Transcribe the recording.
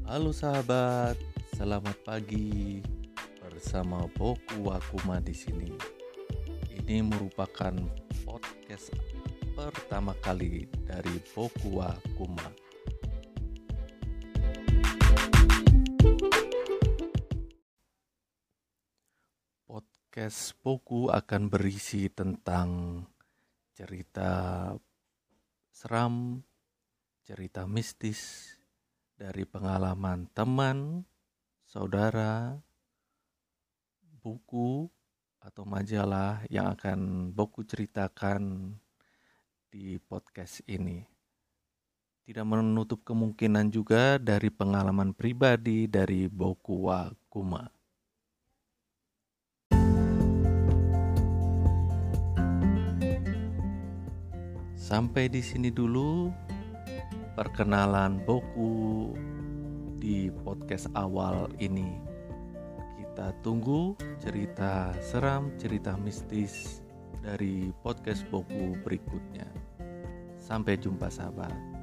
Halo sahabat, selamat pagi bersama Boku Wakuma di sini. Ini merupakan podcast pertama kali dari Boku Wakuma. Podcast Boku akan berisi tentang cerita seram, cerita mistis dari pengalaman teman, saudara, buku, atau majalah yang akan Boku ceritakan di podcast ini. Tidak menutup kemungkinan juga dari pengalaman pribadi dari Boku Wakuma. Sampai di sini dulu perkenalan Boku di podcast awal ini. Kita tunggu cerita seram, cerita mistis dari podcast Boku berikutnya. Sampai jumpa sahabat.